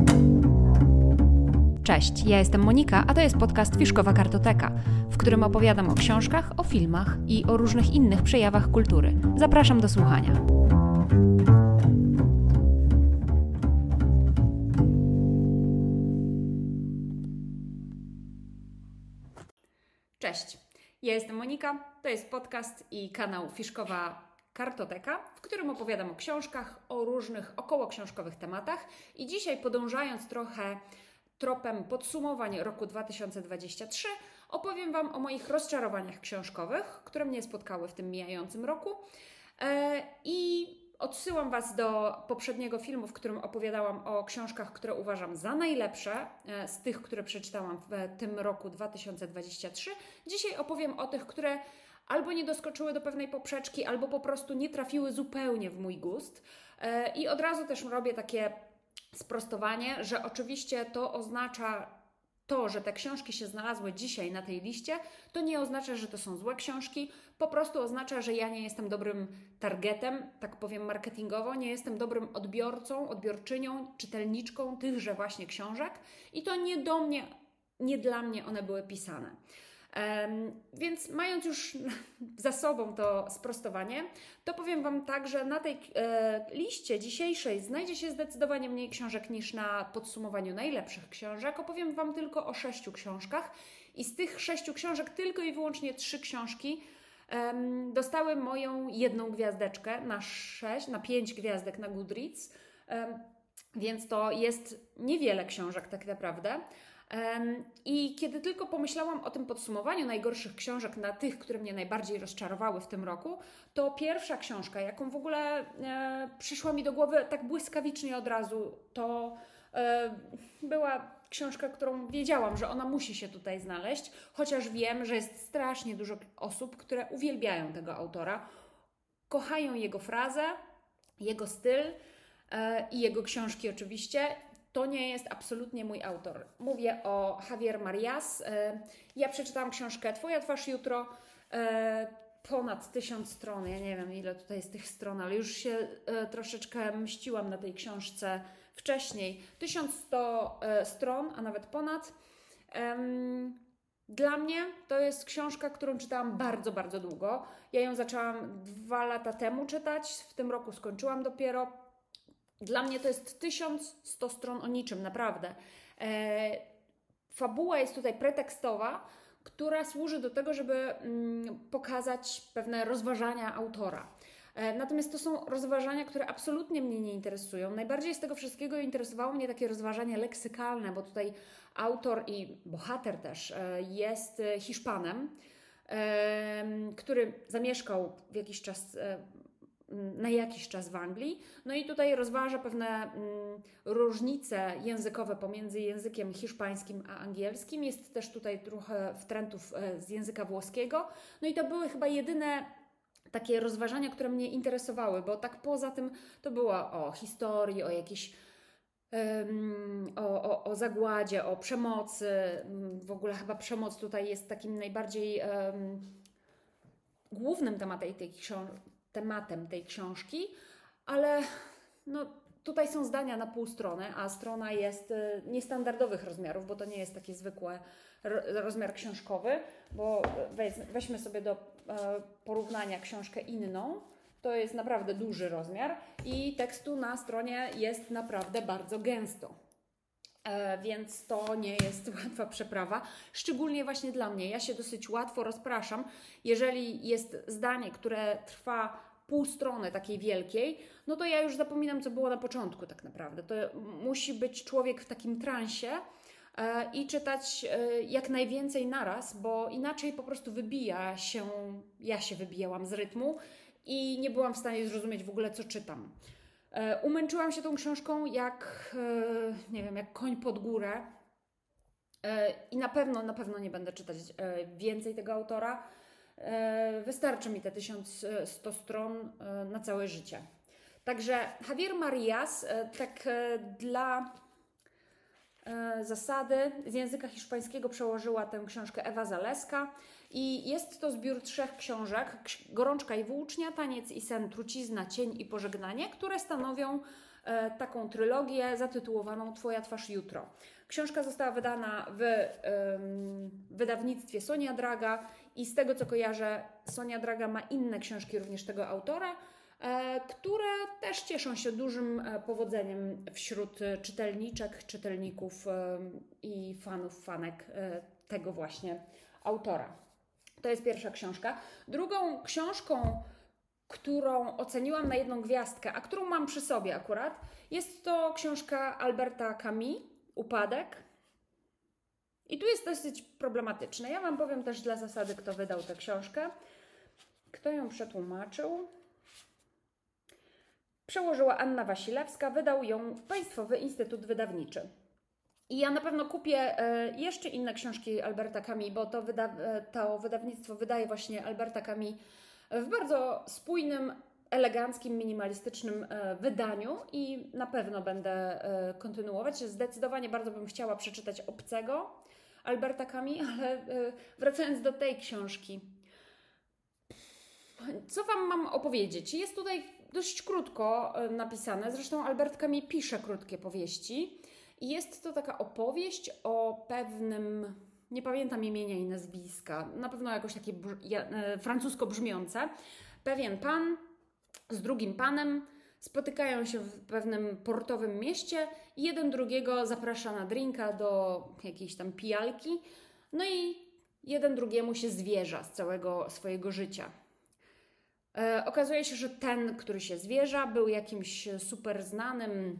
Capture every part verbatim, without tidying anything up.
Cześć, ja jestem Monika, a to jest podcast Fiszkowa Kartoteka, w którym opowiadam o książkach, o filmach i o różnych innych przejawach kultury. Zapraszam do słuchania. Cześć, ja jestem Monika, to jest podcast i kanał Fiszkowa Kartoteka, w którym opowiadam o książkach, o różnych okołoksiążkowych tematach i dzisiaj, podążając trochę tropem podsumowań roku dwa tysiące dwudziestego trzeciego, opowiem Wam o moich rozczarowaniach książkowych, które mnie spotkały w tym mijającym roku i odsyłam Was do poprzedniego filmu, w którym opowiadałam o książkach, które uważam za najlepsze z tych, które przeczytałam w tym roku dwa tysiące dwudziestym trzecim. Dzisiaj opowiem o tych, które albo nie doskoczyły do pewnej poprzeczki, albo po prostu nie trafiły zupełnie w mój gust. I od razu też robię takie sprostowanie, że oczywiście to oznacza to, że te książki się znalazły dzisiaj na tej liście, to nie oznacza, że to są złe książki, po prostu oznacza, że ja nie jestem dobrym targetem, tak powiem marketingowo, nie jestem dobrym odbiorcą, odbiorczynią, czytelniczką tychże właśnie książek i to nie do mnie, nie dla mnie one były pisane. Um, więc mając już za sobą to sprostowanie, to powiem Wam tak, że na tej e, liście dzisiejszej znajdzie się zdecydowanie mniej książek niż na podsumowaniu najlepszych książek. Opowiem Wam tylko o sześciu książkach i z tych sześciu książek tylko i wyłącznie trzy książki um, dostały moją jedną gwiazdeczkę na sześć, na pięć gwiazdek na Goodreads, um, więc to jest niewiele książek tak naprawdę. I kiedy tylko pomyślałam o tym podsumowaniu najgorszych książek na tych, które mnie najbardziej rozczarowały w tym roku, to pierwsza książka, jaką w ogóle e, przyszła mi do głowy tak błyskawicznie od razu, to e, była książka, którą wiedziałam, że ona musi się tutaj znaleźć, chociaż wiem, że jest strasznie dużo osób, które uwielbiają tego autora, kochają jego frazę, jego styl e, i jego książki oczywiście. To nie jest absolutnie mój autor. Mówię o Javier Marias. Ja przeczytałam książkę Twoja twarz jutro, ponad tysiąc stron. Ja nie wiem, ile tutaj jest tych stron, ale już się troszeczkę mściłam na tej książce wcześniej. tysiąc sto stron, a nawet ponad. Dla mnie to jest książka, którą czytałam bardzo, bardzo długo. Ja ją zaczęłam dwa lata temu czytać, w tym roku skończyłam dopiero. Dla mnie to jest tysiąc sto stron o niczym, naprawdę. E, fabuła jest tutaj pretekstowa, która służy do tego, żeby mm, pokazać pewne rozważania autora. E, natomiast to są rozważania, które absolutnie mnie nie interesują. Najbardziej z tego wszystkiego interesowało mnie takie rozważania leksykalne, bo tutaj autor i bohater też e, jest Hiszpanem, e, który zamieszkał w jakiś czas e, na jakiś czas w Anglii. No i tutaj rozważa pewne mm, różnice językowe pomiędzy językiem hiszpańskim a angielskim. Jest też tutaj trochę wtrętów e, z języka włoskiego. No i to były chyba jedyne takie rozważania, które mnie interesowały, bo tak poza tym to było o historii, o jakiejś um, o, o, o zagładzie, o przemocy. W ogóle chyba przemoc tutaj jest takim najbardziej um, głównym tematem tej książki. tematem tej książki, ale no, tutaj są zdania na pół strony, a strona jest y, niestandardowych rozmiarów, bo to nie jest taki zwykły ro, rozmiar książkowy, bo weź, weźmy sobie do y, porównania książkę inną, to jest naprawdę duży rozmiar i tekstu na stronie jest naprawdę bardzo gęsto. E, więc to nie jest łatwa przeprawa, szczególnie właśnie dla mnie. Ja się dosyć łatwo rozpraszam. Jeżeli jest zdanie, które trwa pół strony takiej wielkiej, no to ja już zapominam, co było na początku tak naprawdę. To musi być człowiek w takim transie e, i czytać e, jak najwięcej naraz, bo inaczej po prostu wybija się, ja się wybijałam z rytmu i nie byłam w stanie zrozumieć w ogóle, co czytam. Umęczyłam się tą książką jak, nie wiem, jak koń pod górę i na pewno, na pewno nie będę czytać więcej tego autora. Wystarczy mi te tysiąc sto stron na całe życie. Także Javier Marias, tak dla zasady, z języka hiszpańskiego przełożyła tę książkę Ewa Zaleska i jest to zbiór trzech książek: Gorączka i włócznia, Taniec i sen, Trucizna, Cień i pożegnanie, które stanowią taką trylogię zatytułowaną Twoja twarz jutro. Książka została wydana w ym, wydawnictwie Sonia Draga i z tego co kojarzę, Sonia Draga ma inne książki również tego autora, e, które też cieszą się dużym e, powodzeniem wśród czytelniczek, czytelników e, i fanów, fanek e, tego właśnie autora. To jest pierwsza książka. Drugą książką, którą oceniłam na jedną gwiazdkę, a którą mam przy sobie akurat, jest to książka Alberta Camus, Upadek. I tu jest dosyć problematyczne. Ja Wam powiem też dla zasady, kto wydał tę książkę, kto ją przetłumaczył. Przełożyła Anna Wasilewska, wydał ją Państwowy Instytut Wydawniczy. I ja na pewno kupię e, jeszcze inne książki Alberta Camus, bo to, wyda e, to wydawnictwo wydaje właśnie Alberta Camus w bardzo spójnym, eleganckim, minimalistycznym e, wydaniu i na pewno będę e, kontynuować. Zdecydowanie bardzo bym chciała przeczytać Obcego Alberta Camus, ale e, wracając do tej książki, co Wam mam opowiedzieć? Jest tutaj dość krótko e, napisane, zresztą Albert Camus pisze krótkie powieści i jest to taka opowieść o pewnym, nie pamiętam imienia i nazwiska, na pewno jakoś takie e, francusko brzmiące, pewien pan z drugim panem spotykają się w pewnym portowym mieście i jeden drugiego zaprasza na drinka do jakiejś tam pijalki, no i jeden drugiemu się zwierza z całego swojego życia. E, okazuje się, że ten, który się zwierza, był jakimś super znanym,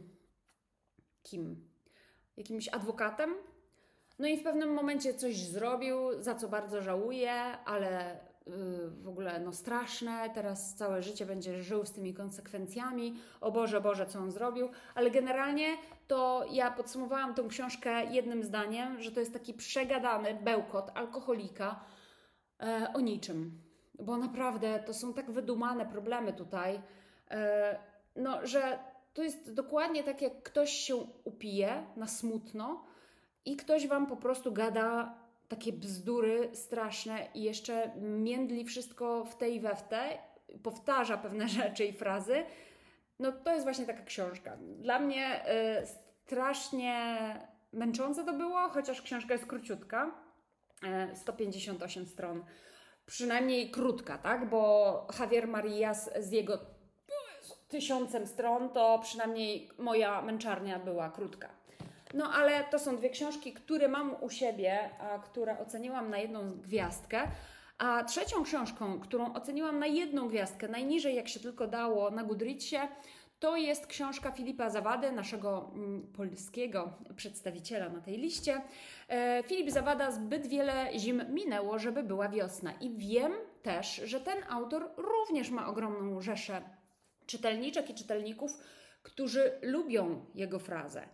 kim? Jakimś adwokatem. No i w pewnym momencie coś zrobił, za co bardzo żałuje, ale w ogóle no straszne, teraz całe życie będzie żył z tymi konsekwencjami, o Boże, Boże, co on zrobił, ale generalnie to ja podsumowałam tą książkę jednym zdaniem, że to jest taki przegadany bełkot alkoholika e, o niczym, bo naprawdę to są tak wydumane problemy tutaj, e, no, że to jest dokładnie tak, jak ktoś się upije na smutno i ktoś Wam po prostu gada takie bzdury straszne i jeszcze międli wszystko w te i we w te, powtarza pewne rzeczy i frazy. No to jest właśnie taka książka. Dla mnie y, strasznie męczące to było, chociaż książka jest króciutka, y, sto pięćdziesiąt osiem stron. Przynajmniej krótka, tak? Bo Javier Marías z jego tysiącem stron, to przynajmniej moja męczarnia była krótka. No ale to są dwie książki, które mam u siebie, a które oceniłam na jedną gwiazdkę. A trzecią książką, którą oceniłam na jedną gwiazdkę, najniżej jak się tylko dało na Goodreadsie, to jest książka Filipa Zawady, naszego mm, polskiego przedstawiciela na tej liście. E, Filip Zawada, Zbyt wiele zim minęło, żeby była wiosna. I wiem też, że ten autor również ma ogromną rzeszę czytelniczek i czytelników, którzy lubią jego frazę.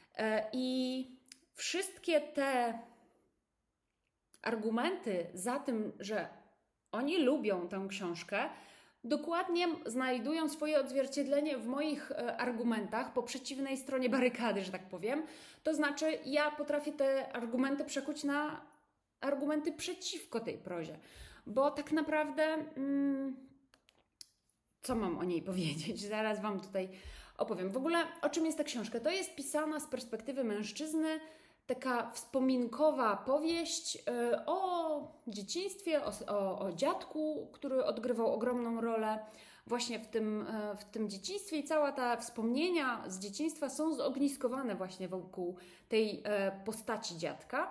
I wszystkie te argumenty za tym, że oni lubią tę książkę, dokładnie znajdują swoje odzwierciedlenie w moich argumentach po przeciwnej stronie barykady, że tak powiem. To znaczy, ja potrafię te argumenty przekuć na argumenty przeciwko tej prozie, bo tak naprawdę hmm, co mam o niej powiedzieć? Zaraz Wam tutaj opowiem. W ogóle o czym jest ta książka? To jest pisana z perspektywy mężczyzny, taka wspominkowa powieść yy, o dzieciństwie, o, o, o dziadku, który odgrywał ogromną rolę właśnie w tym, yy, w tym dzieciństwie i cała ta wspomnienia z dzieciństwa są zogniskowane właśnie wokół tej yy, postaci dziadka.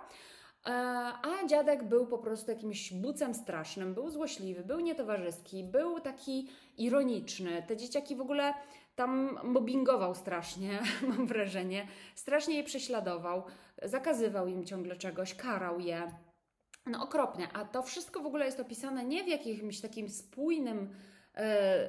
A dziadek był po prostu jakimś bucem strasznym, był złośliwy, był nietowarzyski, był taki ironiczny. Te dzieciaki w ogóle tam mobbingował strasznie, mam wrażenie. Strasznie je prześladował, zakazywał im ciągle czegoś, karał je. No okropnie. A to wszystko w ogóle jest opisane nie w jakimś takim spójnym yy,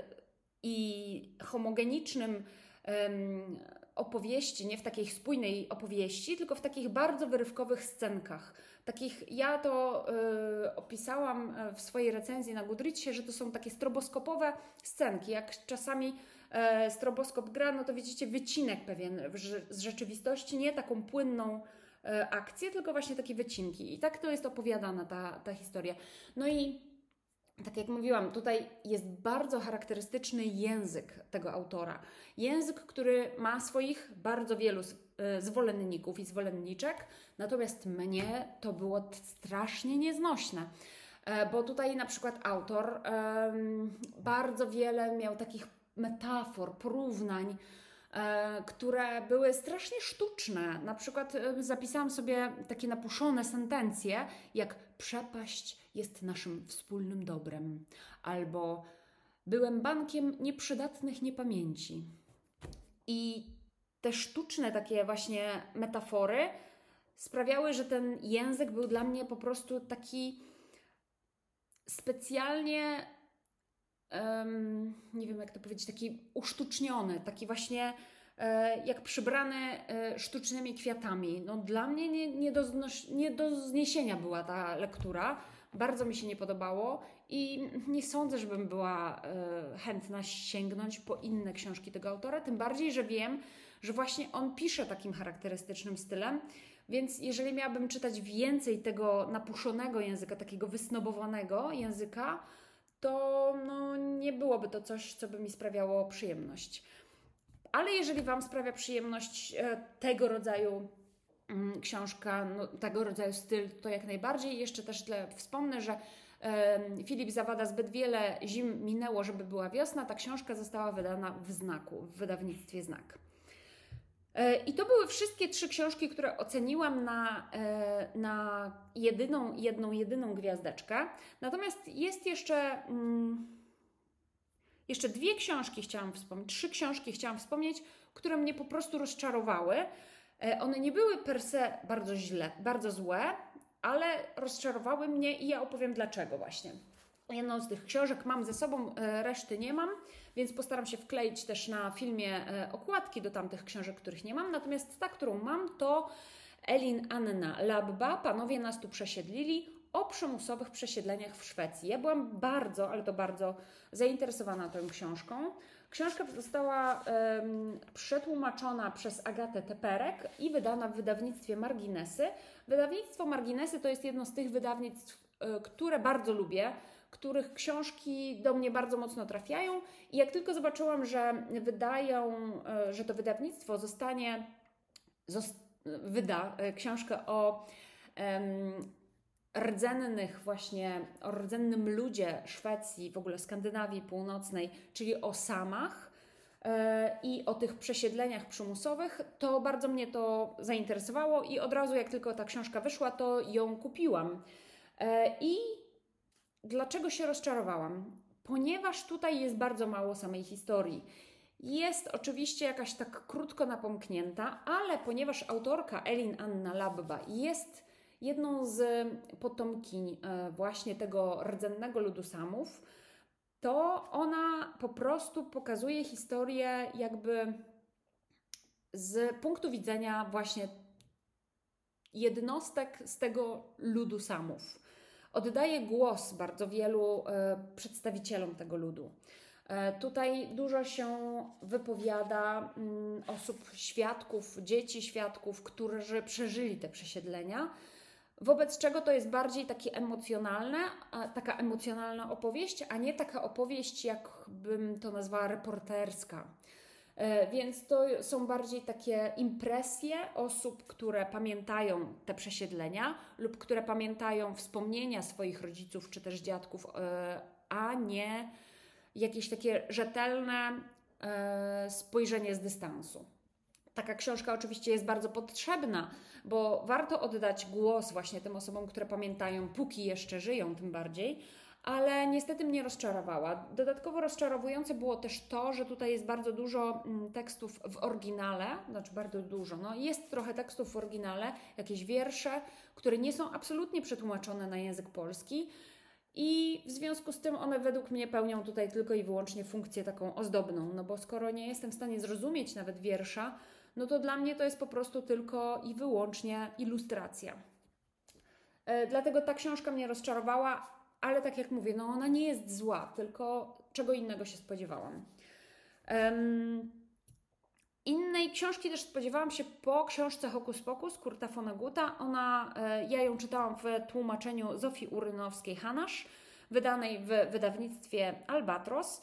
i homogenicznym yy, opowieści, nie w takiej spójnej opowieści, tylko w takich bardzo wyrywkowych scenkach. Takich, ja to y, opisałam w swojej recenzji na Goodreadsie, że to są takie stroboskopowe scenki. Jak czasami y, stroboskop gra, no to widzicie wycinek pewien z rzeczywistości, nie taką płynną y, akcję, tylko właśnie takie wycinki. I tak to jest opowiadana ta, ta historia. No i tak jak mówiłam, tutaj jest bardzo charakterystyczny język tego autora. Język, który ma swoich bardzo wielu zwolenników i zwolenniczek, natomiast mnie to było strasznie nieznośne. Bo tutaj na przykład autor um, bardzo wiele miał takich metafor, porównań, e, które były strasznie sztuczne. Na przykład e, zapisałam sobie takie napuszone sentencje, jak przepaść jest naszym wspólnym dobrem, albo byłem bankiem nieprzydatnych niepamięci. I te sztuczne takie właśnie metafory sprawiały, że ten język był dla mnie po prostu taki specjalnie, um, nie wiem jak to powiedzieć, taki usztuczniony, taki właśnie e, jak przybrany e, sztucznymi kwiatami. No, dla mnie nie, nie, do znos- nie do zniesienia była ta lektura. Bardzo mi się nie podobało i nie sądzę, żebym była e, chętna sięgnąć po inne książki tego autora, tym bardziej, że wiem, że właśnie on pisze takim charakterystycznym stylem. Więc jeżeli miałabym czytać więcej tego napuszonego języka, takiego wysnobowanego języka, to no, nie byłoby to coś, co by mi sprawiało przyjemność. Ale jeżeli Wam sprawia przyjemność e, tego rodzaju mm, książka, no, tego rodzaju styl, to jak najbardziej. Jeszcze też dla, wspomnę, że e, Filip Zawada Zbyt wiele zim minęło, żeby była wiosna. Ta książka została wydana w Znaku, w wydawnictwie Znak. I to były wszystkie trzy książki, które oceniłam na, na jedyną, jedną, jedyną gwiazdeczkę. Natomiast jest jeszcze, jeszcze dwie książki chciałam wspomnieć, trzy książki chciałam wspomnieć, które mnie po prostu rozczarowały. One nie były per se bardzo źle, bardzo złe, ale rozczarowały mnie i ja opowiem dlaczego właśnie. Jedną z tych książek mam ze sobą, reszty nie mam, więc postaram się wkleić też na filmie okładki do tamtych książek, których nie mam. Natomiast ta, którą mam, to Elin Anna Labba, Panowie nas tu przesiedlili, o przymusowych przesiedleniach w Szwecji. Ja byłam bardzo, ale to bardzo zainteresowana tą książką. Książka została um, przetłumaczona przez Agatę Teperek i wydana w wydawnictwie Marginesy. Wydawnictwo Marginesy to jest jedno z tych wydawnictw, y, które bardzo lubię, których książki do mnie bardzo mocno trafiają i jak tylko zobaczyłam, że wydają, że to wydawnictwo zostanie, zost, wyda książkę o um, rdzennych właśnie, o rdzennym ludzie Szwecji, w ogóle Skandynawii Północnej, czyli o Samach e, i o tych przesiedleniach przymusowych, to bardzo mnie to zainteresowało i od razu jak tylko ta książka wyszła, to ją kupiłam. E, I dlaczego się rozczarowałam? Ponieważ tutaj jest bardzo mało samej historii. Jest oczywiście jakaś tak krótko napomknięta, ale ponieważ autorka Elin Anna Labba jest jedną z potomkiń właśnie tego rdzennego ludu Samów, to ona po prostu pokazuje historię jakby z punktu widzenia właśnie jednostek z tego ludu Samów. Oddaje głos bardzo wielu e, przedstawicielom tego ludu. E, tutaj dużo się wypowiada mm, osób, świadków, dzieci świadków, którzy przeżyli te przesiedlenia, wobec czego to jest bardziej takie emocjonalne, a, taka emocjonalna opowieść, a nie taka opowieść, jakbym to nazwała, reporterska. Więc to są bardziej takie impresje osób, które pamiętają te przesiedlenia lub które pamiętają wspomnienia swoich rodziców czy też dziadków, a nie jakieś takie rzetelne spojrzenie z dystansu. Taka książka oczywiście jest bardzo potrzebna, bo warto oddać głos właśnie tym osobom, które pamiętają, póki jeszcze żyją tym bardziej, ale niestety mnie rozczarowała. Dodatkowo rozczarowujące było też to, że tutaj jest bardzo dużo tekstów w oryginale, znaczy bardzo dużo, no jest trochę tekstów w oryginale, jakieś wiersze, które nie są absolutnie przetłumaczone na język polski i w związku z tym one według mnie pełnią tutaj tylko i wyłącznie funkcję taką ozdobną, no bo skoro nie jestem w stanie zrozumieć nawet wiersza, no to dla mnie to jest po prostu tylko i wyłącznie ilustracja. E, dlatego ta książka mnie rozczarowała, ale tak jak mówię, no ona nie jest zła, tylko czego innego się spodziewałam. Um, innej książki też spodziewałam się po książce Hokus Pokus Kurta Vonneguta. Ona, e, ja ją czytałam w tłumaczeniu Zofii Urynowskiej-Hanasz. wydanej w wydawnictwie Albatros.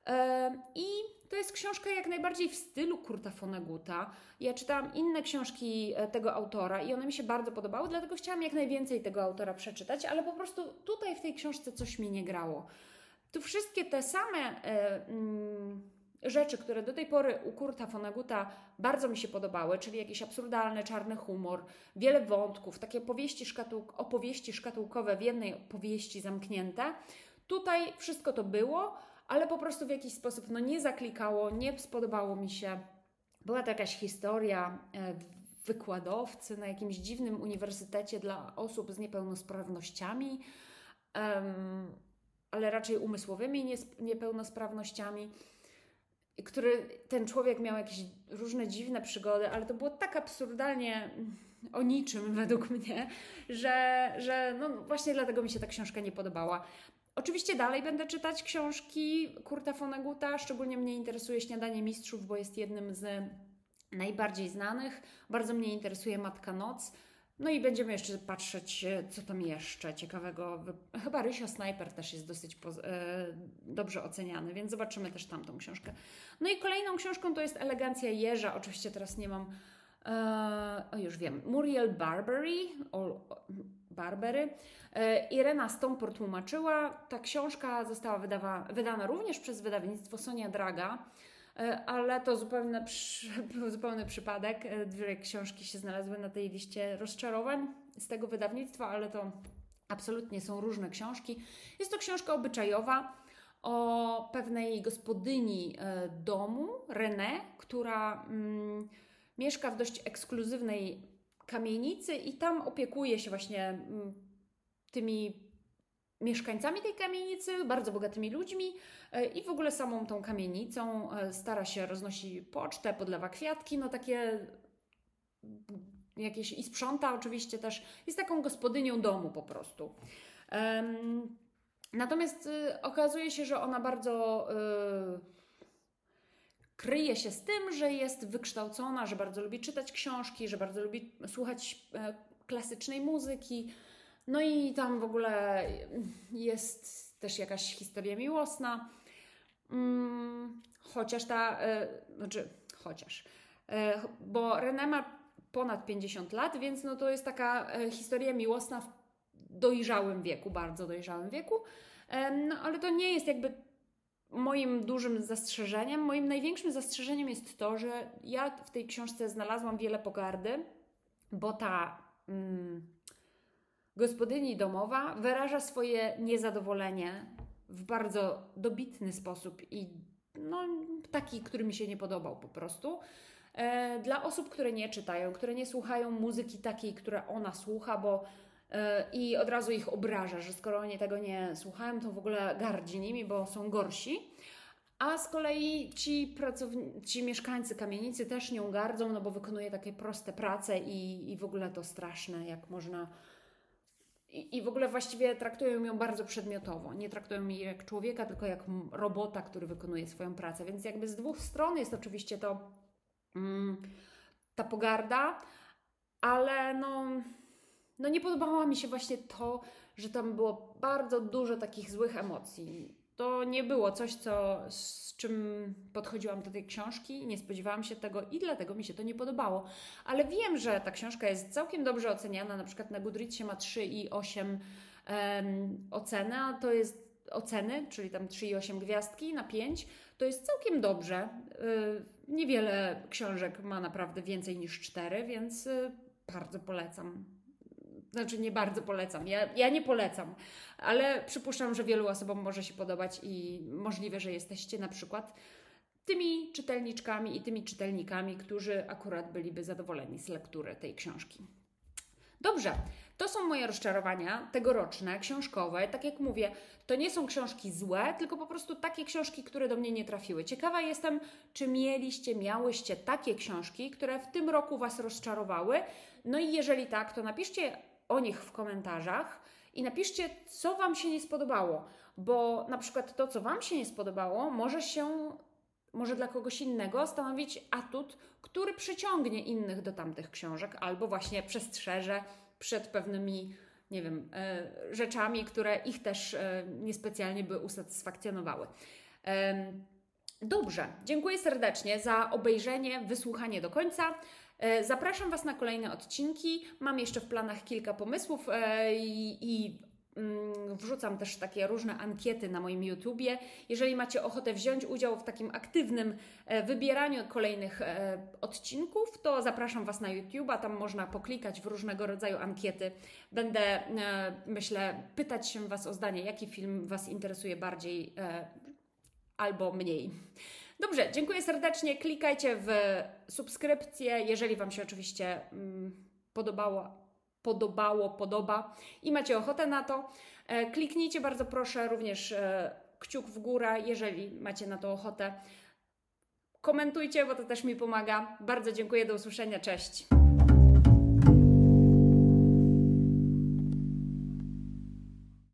I to jest książka jak najbardziej w stylu Kurta Vonnegutta. Ja czytałam inne książki tego autora i one mi się bardzo podobały, dlatego chciałam jak najwięcej tego autora przeczytać, ale po prostu tutaj w tej książce coś mi nie grało. Tu wszystkie te same e, mm, rzeczy, które do tej pory u Kurta Vonnegutta bardzo mi się podobały, czyli jakiś absurdalny, czarny humor, wiele wątków, takie powieści szkatuł, opowieści szkatułkowe w jednej powieści zamknięte. Tutaj wszystko to było, ale po prostu w jakiś sposób no, nie zaklikało, nie spodobało mi się. Była to jakaś historia e, wykładowcy na jakimś dziwnym uniwersytecie dla osób z niepełnosprawnościami, um, ale raczej umysłowymi niepełnosprawnościami, który ten człowiek miał jakieś różne dziwne przygody, ale to było tak absurdalnie o niczym według mnie, że, że no właśnie dlatego mi się ta książka nie podobała. Oczywiście dalej będę czytać książki Kurta Vonnegutta, szczególnie mnie interesuje Śniadanie Mistrzów, bo jest jednym z najbardziej znanych. Bardzo mnie interesuje Matka Noc. No i będziemy jeszcze patrzeć, co tam jeszcze ciekawego. Chyba Rysio Snajper też jest dosyć poz- e, dobrze oceniany, więc zobaczymy też tamtą książkę. No i kolejną książką to jest Elegancja Jeża. Oczywiście teraz nie mam... E, o, już wiem. Muriel Barbery, o, Barbery. E, Irena Stąpor tłumaczyła. Ta książka została wydawa- wydana również przez wydawnictwo Sonia Draga, ale to zupełny, zupełny przypadek. Dwie książki się znalazły na tej liście rozczarowań z tego wydawnictwa, ale to absolutnie są różne książki. Jest to książka obyczajowa o pewnej gospodyni domu, René, która mm, mieszka w dość ekskluzywnej kamienicy i tam opiekuje się właśnie mm, tymi mieszkańcami tej kamienicy, bardzo bogatymi ludźmi i w ogóle samą tą kamienicą. Stara się, roznosi pocztę, podlewa kwiatki, no takie jakieś i sprząta oczywiście też. Jest taką gospodynią domu po prostu. Um, natomiast y, okazuje się, że ona bardzo y, kryje się z tym, że jest wykształcona, że bardzo lubi czytać książki, że bardzo lubi słuchać y, klasycznej muzyki. No i tam w ogóle jest też jakaś historia miłosna, hmm, chociaż ta, e, znaczy chociaż, e, bo René ma ponad pięćdziesiąt lat, więc no to jest taka e, historia miłosna w dojrzałym wieku, bardzo dojrzałym wieku, e, no ale to nie jest jakby moim dużym zastrzeżeniem. Moim największym zastrzeżeniem jest to, że ja w tej książce znalazłam wiele pogardy, bo ta... Mm, gospodyni domowa wyraża swoje niezadowolenie w bardzo dobitny sposób i no, taki, który mi się nie podobał po prostu. E, dla osób, które nie czytają, które nie słuchają muzyki takiej, która ona słucha, bo e, i od razu ich obraża, że skoro oni tego nie słuchają, to w ogóle gardzi nimi, bo są gorsi. A z kolei ci, pracowni- ci mieszkańcy kamienicy też nią gardzą, no bo wykonuje takie proste prace i, i w ogóle to straszne, jak można... I w ogóle właściwie traktują ją bardzo przedmiotowo. Nie traktują jej jak człowieka, tylko jak robota, który wykonuje swoją pracę. Więc jakby z dwóch stron jest oczywiście to mm, ta pogarda, ale no, no nie podobało mi się właśnie to, że tam było bardzo dużo takich złych emocji. To nie było coś, co, z czym podchodziłam do tej książki, nie spodziewałam się tego i dlatego mi się to nie podobało. Ale wiem, że ta książka jest całkiem dobrze oceniana, na przykład na Goodreadsie ma trzy i osiem um, ocena, to jest oceny, czyli tam trzy i osiem gwiazdki na pięć, to jest całkiem dobrze. Yy, niewiele książek ma naprawdę więcej niż cztery, więc yy, bardzo polecam. Znaczy nie bardzo polecam, ja, ja nie polecam, ale przypuszczam, że wielu osobom może się podobać i możliwe, że jesteście na przykład tymi czytelniczkami i tymi czytelnikami, którzy akurat byliby zadowoleni z lektury tej książki. Dobrze, to są moje rozczarowania tegoroczne, książkowe. Tak jak mówię, to nie są książki złe, tylko po prostu takie książki, które do mnie nie trafiły. Ciekawa jestem, czy mieliście, miałyście takie książki, które w tym roku Was rozczarowały. No i jeżeli tak, to napiszcie o nich w komentarzach i napiszcie, co Wam się nie spodobało, bo na przykład to, co Wam się nie spodobało, może się, może dla kogoś innego stanowić atut, który przyciągnie innych do tamtych książek albo właśnie przestrzeże przed pewnymi, nie wiem, rzeczami, które ich też niespecjalnie by usatysfakcjonowały. Dobrze, dziękuję serdecznie za obejrzenie, wysłuchanie do końca. Zapraszam Was na kolejne odcinki. Mam jeszcze w planach kilka pomysłów i, i wrzucam też takie różne ankiety na moim YouTubie. Jeżeli macie ochotę wziąć udział w takim aktywnym wybieraniu kolejnych odcinków, to zapraszam Was na YouTube'a. Tam można poklikać w różnego rodzaju ankiety. Będę, myślę, pytać się Was o zdanie, jaki film Was interesuje bardziej albo mniej. Dobrze, dziękuję serdecznie. Klikajcie w subskrypcję, jeżeli Wam się oczywiście podobało, podobało, podoba i macie ochotę na to. Kliknijcie bardzo proszę również kciuk w górę, jeżeli macie na to ochotę. Komentujcie, bo to też mi pomaga. Bardzo dziękuję, do usłyszenia, cześć.